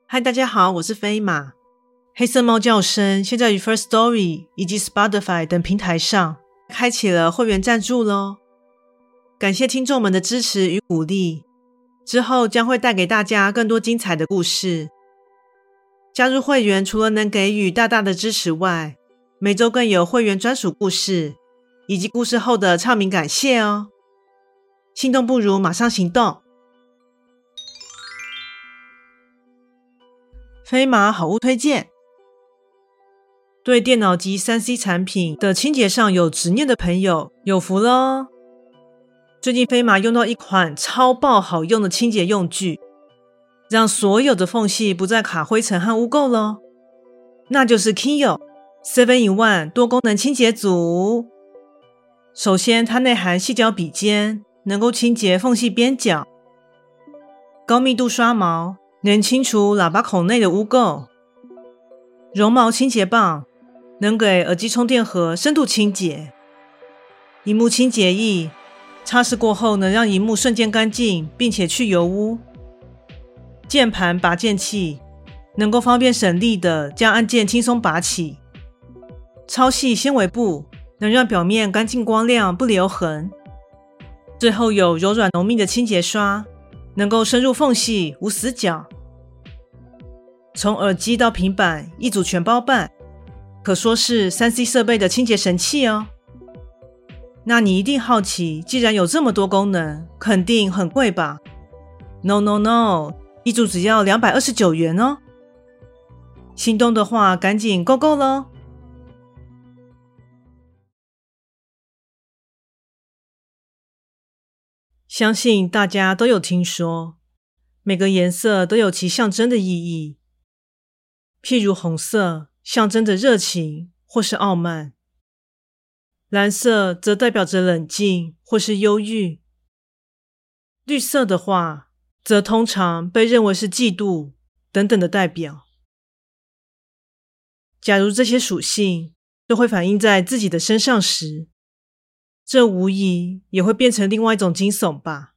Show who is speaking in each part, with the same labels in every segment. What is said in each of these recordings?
Speaker 1: 嗨，大家好，我是飞马。黑色猫叫声现在于 Firstory 以及 Spotify 等平台上开启了会员赞助咯，感谢听众们的支持与鼓励，之后将会带给大家更多精彩的故事。加入会员除了能给予大大的支持外，每周更有会员专属故事以及故事后的唱名感谢哦。心动不如马上行动。飞马好物推荐，对电脑及 3C 产品的清洁上有执念的朋友有福了哦。最近飞马用到一款超爆好用的清洁用具，让所有的缝隙不再卡灰尘和污垢咯，那就是 Kinyo 7-in-1 多功能清洁组。首先它内含细胶笔尖，能够清洁缝隙边角，高密度刷毛能清除喇叭孔内的污垢，绒毛清洁棒能给耳机充电盒深度清洁，萤幕清洁液擦拭过后能让萤幕瞬间干净并且去油污，键盘拔键器能够方便省力的将按键轻松拔起，超细纤维布能让表面干净光亮不留痕，最后有柔软浓密的清洁刷能够深入缝隙无死角。从耳机到平板一组全包办，可说是 3C 设备的清洁神器哦。那你一定好奇，既然有这么多功能，肯定很贵吧？ No No No， 一组只要229元哦。心动的话赶紧购购咯。相信大家都有听说，每个颜色都有其象征的意义。譬如红色象征着热情或是傲慢，蓝色则代表着冷静或是忧郁，绿色的话则通常被认为是嫉妒等等的代表。假如这些属性都会反映在自己的身上时，这无疑也会变成另外一种惊悚吧。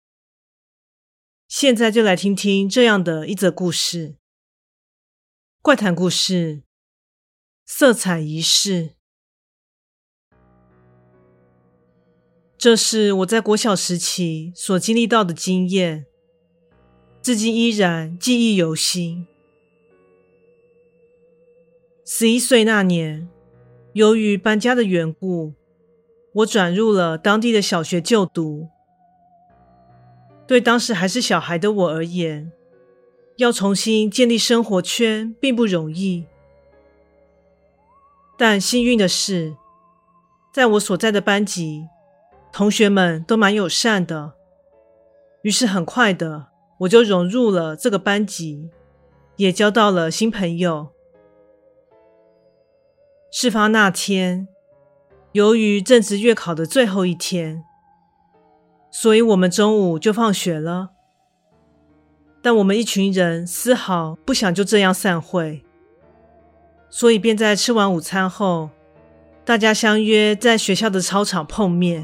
Speaker 1: 现在就来听听这样的一则故事。怪谈故事，色彩仪式。这是我在国小时期所经历到的经验，至今依然记忆犹新。11岁那年，由于搬家的缘故，我转入了当地的小学就读。对当时还是小孩的我而言，要重新建立生活圈并不容易。但幸运的是，在我所在的班级，同学们都蛮友善的，于是很快的我就融入了这个班级，也交到了新朋友。事发那天，由于正值月考的最后一天，所以我们中午就放学了。但我们一群人丝毫不想就这样散会，所以便在吃完午餐后，大家相约在学校的操场碰面。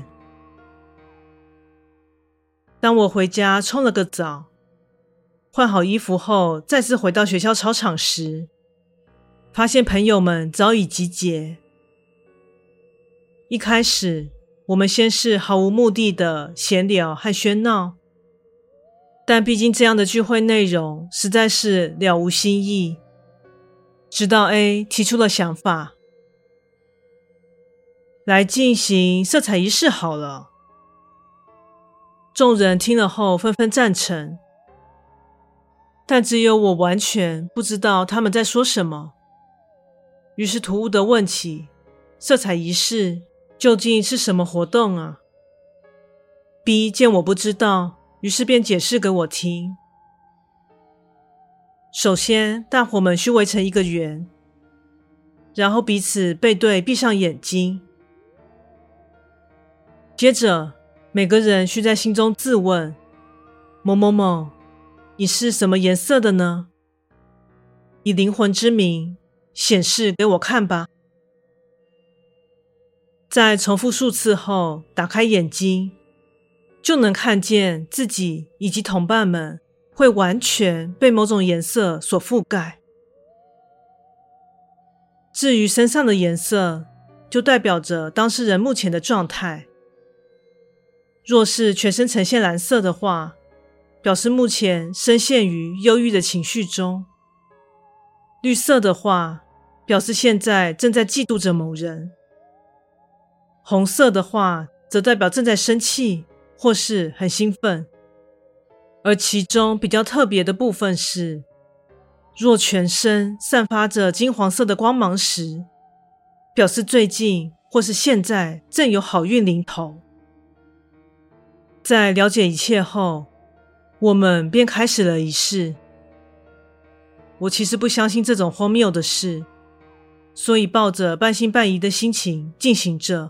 Speaker 1: 当我回家冲了个澡，换好衣服后再次回到学校操场时，发现朋友们早已集结。一开始我们先是毫无目的的闲聊和喧闹，但毕竟这样的聚会内容实在是了无新意，直到 A 提出了想法，来进行色彩仪式好了。众人听了后纷纷赞成，但只有我完全不知道他们在说什么，于是突兀地问起色彩仪式究竟是什么活动啊？ B 见我不知道，于是便解释给我听。首先，大伙们需围成一个圆，然后彼此背对闭上眼睛。接着，每个人需在心中自问：某某某，你是什么颜色的呢？以灵魂之名显示给我看吧。在重复数次后，打开眼睛，就能看见自己以及同伴们会完全被某种颜色所覆盖。至于身上的颜色，就代表着当事人目前的状态。若是全身呈现蓝色的话，表示目前深陷于忧郁的情绪中。绿色的话，表示现在正在嫉妒着某人。红色的话，则代表正在生气或是很兴奋。而其中比较特别的部分是，若全身散发着金黄色的光芒时，表示最近或是现在正有好运临头。在了解一切后，我们便开始了仪式。我其实不相信这种荒谬的事，所以抱着半信半疑的心情进行着。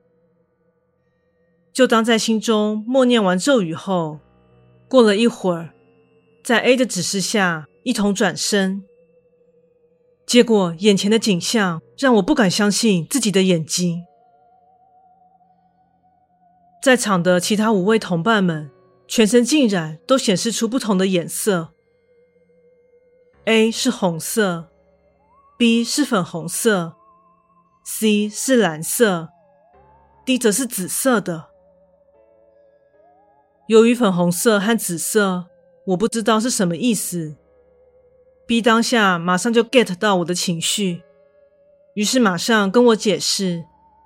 Speaker 1: 就当在心中默念完咒语后，过了一会儿，在 A 的指示下一同转身，结果眼前的景象让我不敢相信自己的眼睛。在场的其他5位同伴们全身竟然都显示出不同的颜色。A 是红色， B 是粉红色， C 是蓝色， D 则是紫色的。由于粉红色和紫色我不知道是什么意思， B 当下马上就 get 到我的情绪，于是马上跟我解释，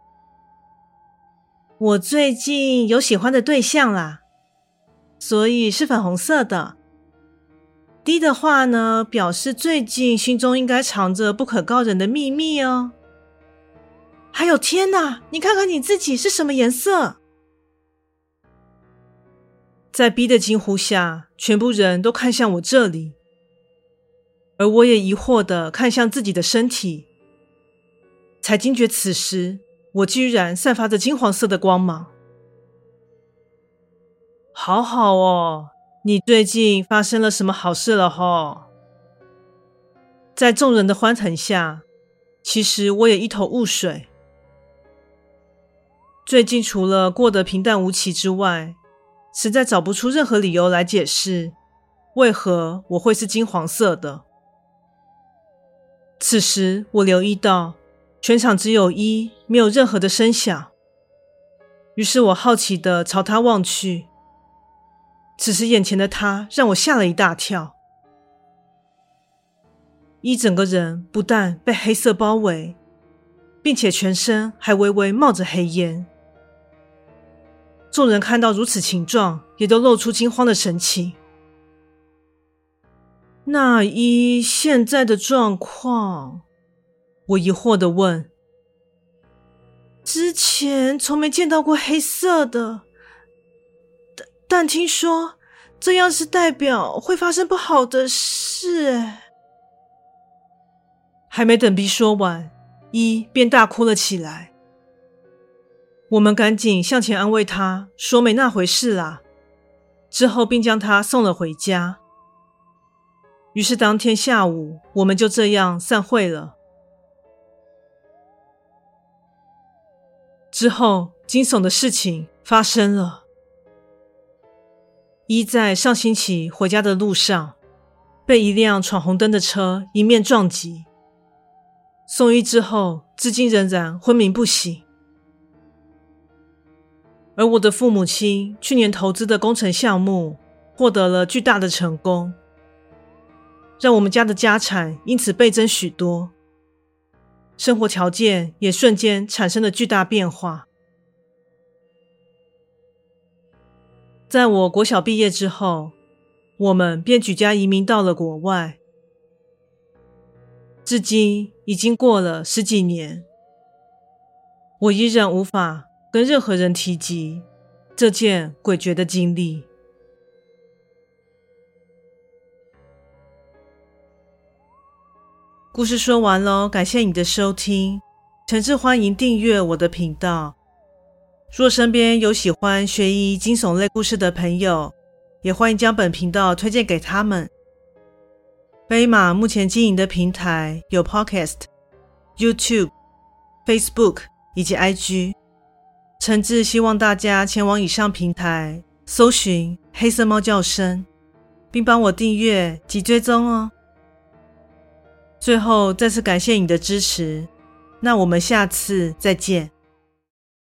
Speaker 1: 我最近有喜欢的对象啦，所以是粉红色的。D 的话呢，表示最近心中应该藏着不可告人的秘密哦。还有天哪，你看看你自己是什么颜色？在 B 的惊呼下，全部人都看向我这里，而我也疑惑地看向自己的身体，才惊觉此时我居然散发着金黄色的光芒。好好哦，你最近发生了什么好事了吼？在众人的欢腾下，其实我也一头雾水。最近除了过得平淡无奇之外，实在找不出任何理由来解释为何我会是金黄色的。此时我留意到全场只有一，没有任何的声响，于是我好奇地朝他望去。此时眼前的他让我吓了一大跳。一整个人不但被黑色包围，并且全身还微微冒着黑烟。众人看到如此情状，也都露出惊慌的神情。那一现在的状况，我疑惑地问。之前从没见到过黑色的，但听说这样是代表会发生不好的事。还没等 B 说完，一便大哭了起来。我们赶紧向前安慰他，说没那回事啦，之后并将他送了回家。于是当天下午，我们就这样散会了。之后，惊悚的事情发生了。一在上星期回家的路上，被一辆闯红灯的车迎面撞击，送医之后，至今仍然昏迷不醒。而我的父母亲去年投资的工程项目获得了巨大的成功，让我们家的家产因此倍增许多，生活条件也瞬间产生了巨大变化。在我国小毕业之后，我们便举家移民到了国外，至今已经过了10几年，我依然无法跟任何人提及这件诡谲的经历。故事说完咯，感谢你的收听，诚挚欢迎订阅我的频道。若身边有喜欢悬疑惊悚类故事的朋友，也欢迎将本频道推荐给他们。飞马目前经营的平台有 Podcast、YouTube、Facebook 以及 IG， 诚挚希望大家前往以上平台搜寻黑色猫叫声， 并帮我订阅及追踪哦。最后再次感谢你的支持，那我们下次再见。